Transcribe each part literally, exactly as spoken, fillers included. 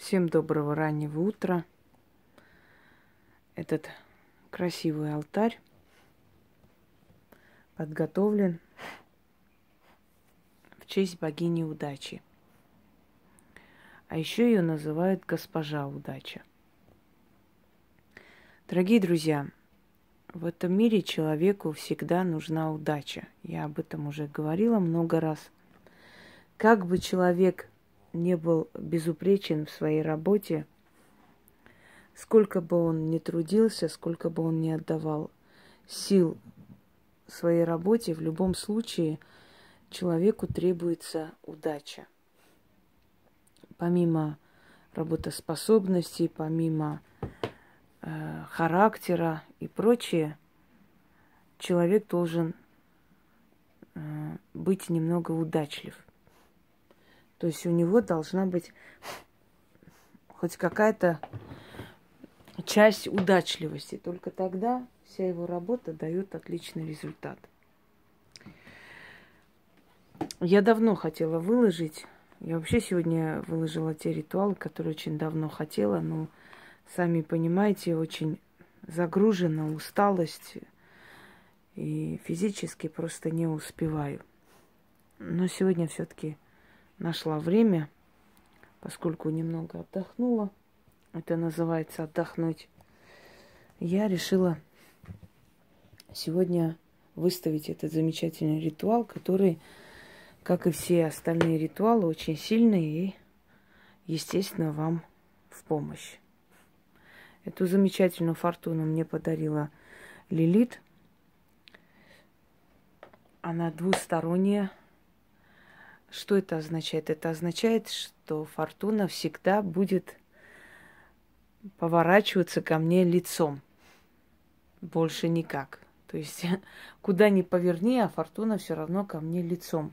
Всем доброго раннего утра. Этот красивый алтарь подготовлен в честь богини удачи. А еще ее называют госпожа удача. Дорогие друзья, в этом мире человеку всегда нужна удача. Я об этом уже говорила много раз. Как бы человек не был безупречен в своей работе, сколько бы он ни трудился, сколько бы он ни отдавал сил своей работе, в любом случае человеку требуется удача. Помимо работоспособности, помимо э, характера и прочее, человек должен э, быть немного удачлив. То есть у него должна быть хоть какая-то часть удачливости. Только тогда вся его работа дает отличный результат. Я давно хотела выложить. Я вообще сегодня выложила те ритуалы, которые очень давно хотела. Но, сами понимаете, очень загружена, усталость. И физически просто не успеваю. Но сегодня все-таки нашла время, поскольку немного отдохнула. Это называется отдохнуть. Я решила сегодня выставить этот замечательный ритуал, который, как и все остальные ритуалы, очень сильный и, естественно, вам в помощь. Эту замечательную фортуну мне подарила Лилит. Она двусторонняя. Что это означает? Это означает, что фортуна всегда будет поворачиваться ко мне лицом. Больше никак. То есть, куда ни поверни, а фортуна все равно ко мне лицом.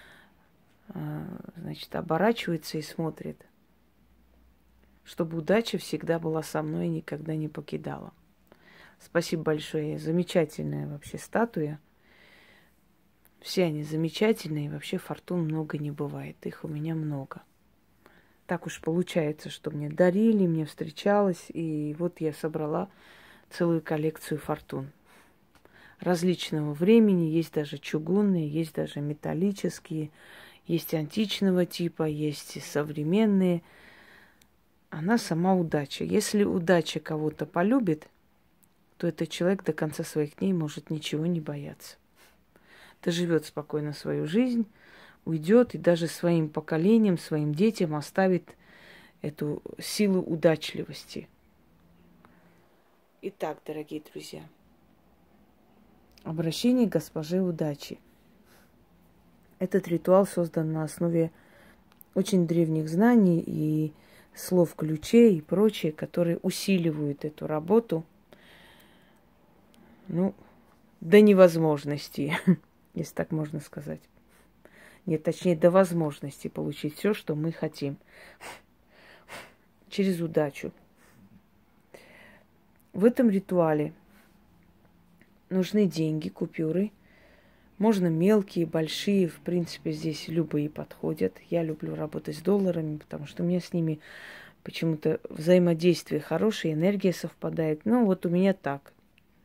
Значит, оборачивается и смотрит. Чтобы удача всегда была со мной и никогда не покидала. Спасибо большое. Замечательная вообще статуя. Все они замечательные, вообще фортун много не бывает, их у меня много. Так уж получается, что мне дарили, мне встречалось, и вот я собрала целую коллекцию фортун. Различного времени, есть даже чугунные, есть даже металлические, есть античного типа, есть и современные. Она сама удача. Если удача кого-то полюбит, то этот человек до конца своих дней может ничего не бояться. Доживет спокойно свою жизнь, уйдет и даже своим поколениям, своим детям оставит эту силу удачливости. Итак, дорогие друзья, обращение к госпоже удачи. Этот ритуал создан на основе очень древних знаний и слов ключей и прочее, которые усиливают эту работу, ну, до невозможности. Если так можно сказать. Нет, точнее, до возможности получить все, что мы хотим. Через удачу. В этом ритуале нужны деньги, купюры. Можно мелкие, большие. В принципе, здесь любые подходят. Я люблю работать с долларами, потому что у меня с ними почему-то взаимодействие хорошее, энергия совпадает. Ну, вот у меня так.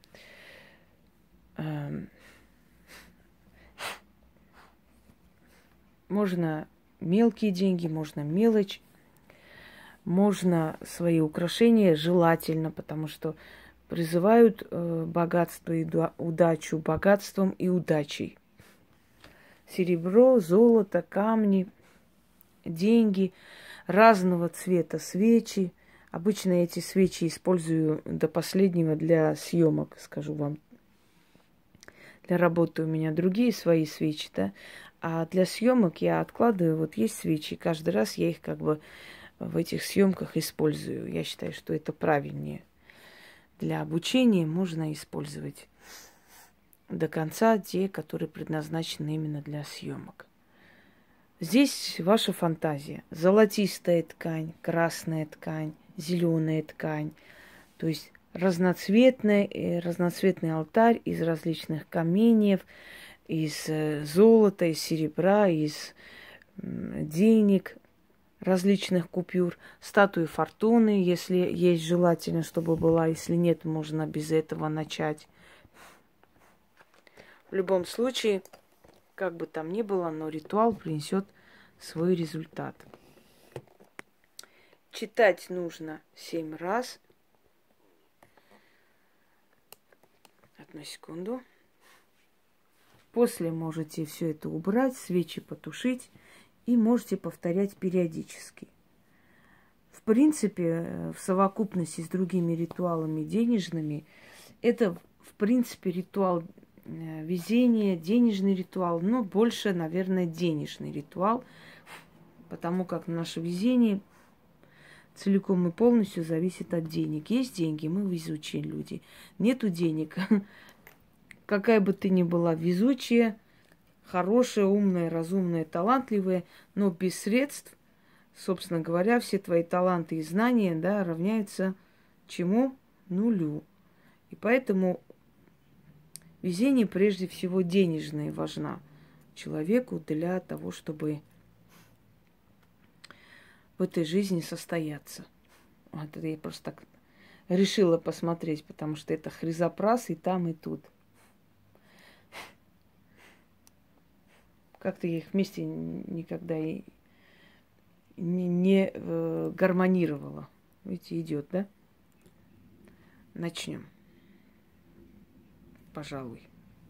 Можно мелкие деньги, можно мелочь, можно свои украшения, желательно, потому что призывают э, богатство и удачу богатством и удачей. Серебро, золото, камни, деньги, разного цвета свечи. Обычно эти свечи использую до последнего для съемок, скажу вам. Для работы у меня другие свои свечи, да. А для съемок я откладываю, вот есть свечи, каждый раз я их как бы в этих съемках использую. Я считаю, что это правильнее. Для обучения можно использовать до конца те, которые предназначены именно для съемок. Здесь ваша фантазия. Золотистая ткань, красная ткань, зеленая ткань. То есть разноцветный, разноцветный алтарь из различных каменьев, из золота, из серебра, из денег, различных купюр, статуи фортуны, если есть, желательно, чтобы была, если нет, можно без этого начать. В любом случае, как бы там ни было, но ритуал принесет свой результат. Читать нужно семь раз. Одну секунду. После можете все это убрать, свечи потушить и можете повторять периодически. В принципе, в совокупности с другими ритуалами денежными, это, в принципе, ритуал везения, денежный ритуал, но больше, наверное, денежный ритуал, потому как наше везение целиком и полностью зависит от денег. Есть деньги, мы везучие люди. Нету денег, какая бы ты ни была везучая, хорошая, умная, разумная, талантливая, но без средств, собственно говоря, все твои таланты и знания, да, равняются чему? Нулю. И поэтому везение прежде всего денежное важно человеку для того, чтобы в этой жизни состояться. Вот это я просто так решила посмотреть, потому что это хризопрас и там, и тут. Как-то я их вместе никогда и не, не э, гармонировала. Видите, идет, да? Начнем. Пожалуй.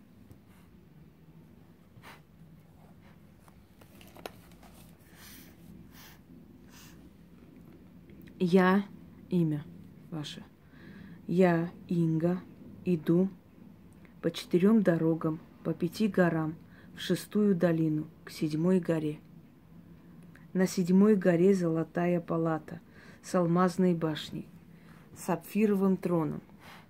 Я, имя ваше. Я, Инга, иду по четырем дорогам, по пяти горам, в шестую долину, к седьмой горе. На седьмой горе золотая палата с алмазной башней, с сапфировым троном.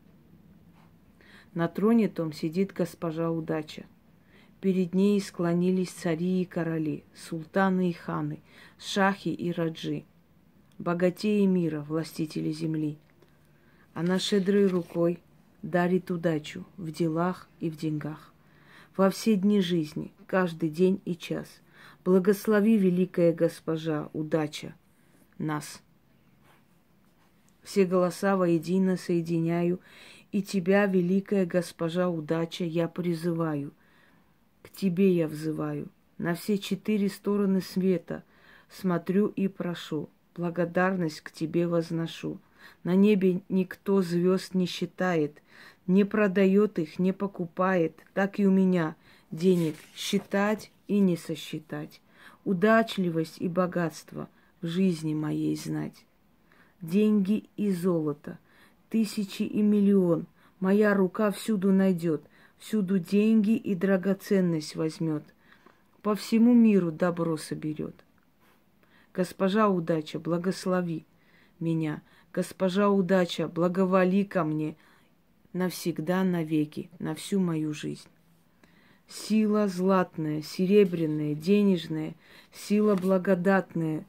На троне том сидит госпожа Удача. Перед ней склонились цари и короли, султаны и ханы, шахи и раджи, богатеи мира, властители земли. Она щедрой рукой дарит удачу в делах и в деньгах. Во все дни жизни, каждый день и час. Благослови, великая госпожа, удача, нас. Все голоса воедино соединяю, и тебя, великая госпожа, удача, я призываю. К тебе я взываю, на все четыре стороны света смотрю и прошу, благодарность к тебе возношу. На небе никто звезд не считает, не продает их, не покупает, так и у меня денег считать и не сосчитать. Удачливость и богатство в жизни моей знать. Деньги и золото, тысячи и миллион, моя рука всюду найдет, всюду деньги и драгоценность возьмет, по всему миру добро соберет. Госпожа Удача, благослови меня, госпожа Удача, благоволи ко мне навсегда, навеки, на всю мою жизнь. Сила златная, серебряная, денежная, сила благодатная,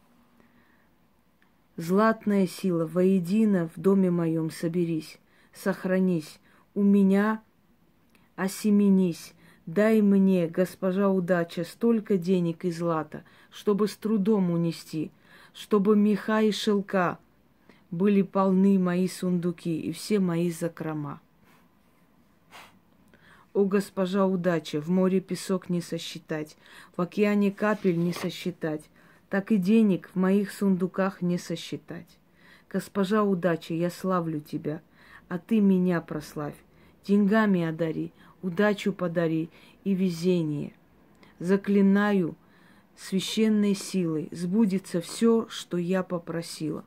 златная сила, воедино в доме моем соберись, сохранись, у меня осеменись, дай мне, госпожа Удача, столько денег и злата, чтобы с трудом унести, чтобы меха и шелка были полны мои сундуки и все мои закрома. О, госпожа Удача, в море песок не сосчитать, в океане капель не сосчитать, так и денег в моих сундуках не сосчитать. Госпожа Удача, я славлю тебя, а ты меня прославь, деньгами одари, удачу подари и везение. Заклинаю священной силой, сбудется все, что я попросила.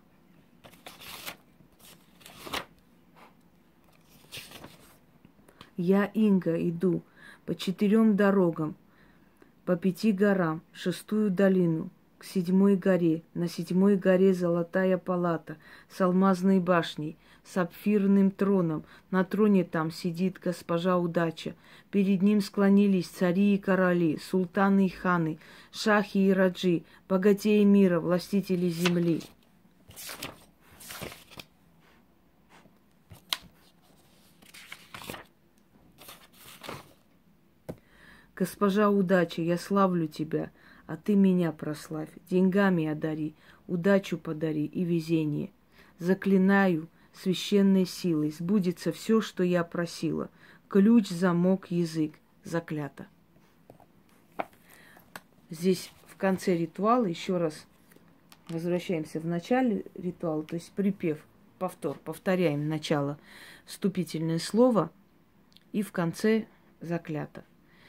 Я, Инга, иду по четырем дорогам, по пяти горам, в шестую долину, к седьмой горе. На седьмой горе золотая палата с алмазной башней, с сапфирным троном. На троне там сидит госпожа Удача. Перед ним склонились цари и короли, султаны и ханы, шахи и раджи, богатеи мира, властители земли. Госпожа Удача, я славлю тебя, а ты меня прославь, деньгами одари, удачу подари и везение. Заклинаю священной силой, сбудется все, что я просила. Ключ, замок, язык, заклято. Здесь в конце ритуала, еще раз возвращаемся в начале ритуала, то есть припев, повтор, повторяем начало, вступительное слово, и в конце заклято.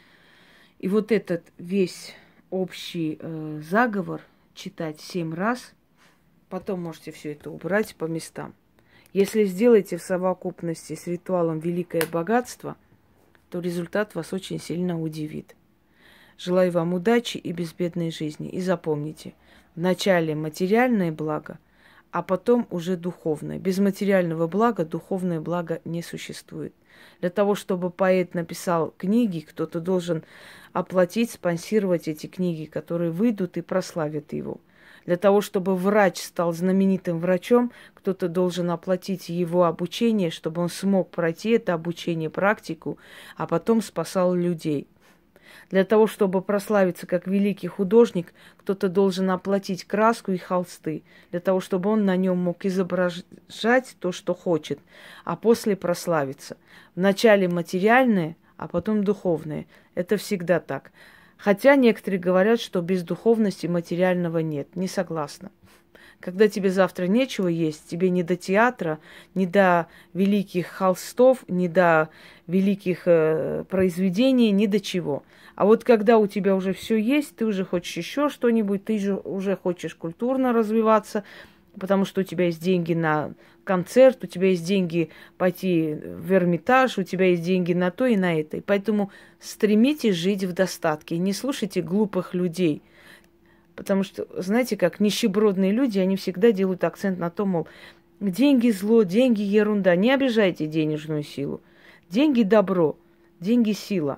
И вот этот весь общий э, заговор читать семь раз, потом можете все это убрать по местам. Если сделаете в совокупности с ритуалом «Великое богатство», то результат вас очень сильно удивит. Желаю вам удачи и безбедной жизни. И запомните, вначале материальное благо, а потом уже духовное. Без материального блага духовное благо не существует. Для того, чтобы поэт написал книги, кто-то должен оплатить, спонсировать эти книги, которые выйдут и прославят его. Для того, чтобы врач стал знаменитым врачом, кто-то должен оплатить его обучение, чтобы он смог пройти это обучение, практику, а потом спасал людей. Для того, чтобы прославиться как великий художник, кто-то должен оплатить краску и холсты, для того, чтобы он на нем мог изображать то, что хочет, а после прославиться. Вначале материальное, а потом духовное. Это всегда так. Хотя некоторые говорят, что без духовности материального нет. Не согласна. Когда тебе завтра нечего есть, тебе не до театра, не до великих холстов, не до великих э, произведений, ни до чего. А вот когда у тебя уже все есть, ты уже хочешь еще что-нибудь, ты же уже хочешь культурно развиваться, потому что у тебя есть деньги на концерт, у тебя есть деньги пойти в Эрмитаж, у тебя есть деньги на то и на это. И поэтому стремитесь жить в достатке, не слушайте глупых людей. Потому что, знаете, как нищебродные люди, они всегда делают акцент на том, мол, деньги зло, деньги ерунда. Не обижайте денежную силу. Деньги добро, деньги сила.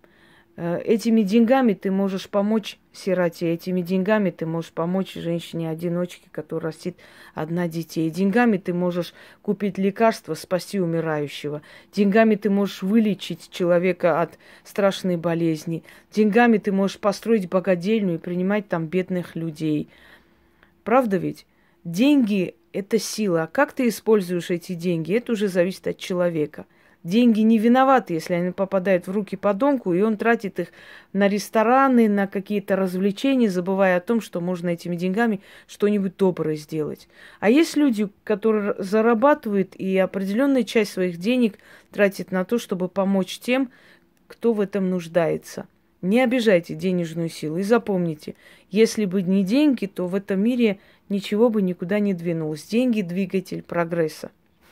Этими деньгами ты можешь помочь сироте, этими деньгами ты можешь помочь женщине-одиночке, которая растит одна детей. Деньгами ты можешь купить лекарство, спасти умирающего. Деньгами ты можешь вылечить человека от страшной болезни. Деньгами ты можешь построить богадельню и принимать там бедных людей. Правда ведь? Деньги – это сила. А как ты используешь эти деньги, это уже зависит от человека. Деньги не виноваты, если они попадают в руки подонку, и он тратит их на рестораны, на какие-то развлечения, забывая о том, что можно этими деньгами что-нибудь доброе сделать. А есть люди, которые зарабатывают и определенную часть своих денег тратят на то, чтобы помочь тем, кто в этом нуждается. Не обижайте денежную силу и запомните, если бы не деньги, то в этом мире ничего бы никуда не двинулось. Деньги – двигатель прогресса.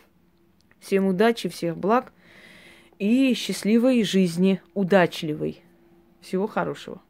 Всем удачи, всех благ и счастливой жизни, удачливой. Всего хорошего.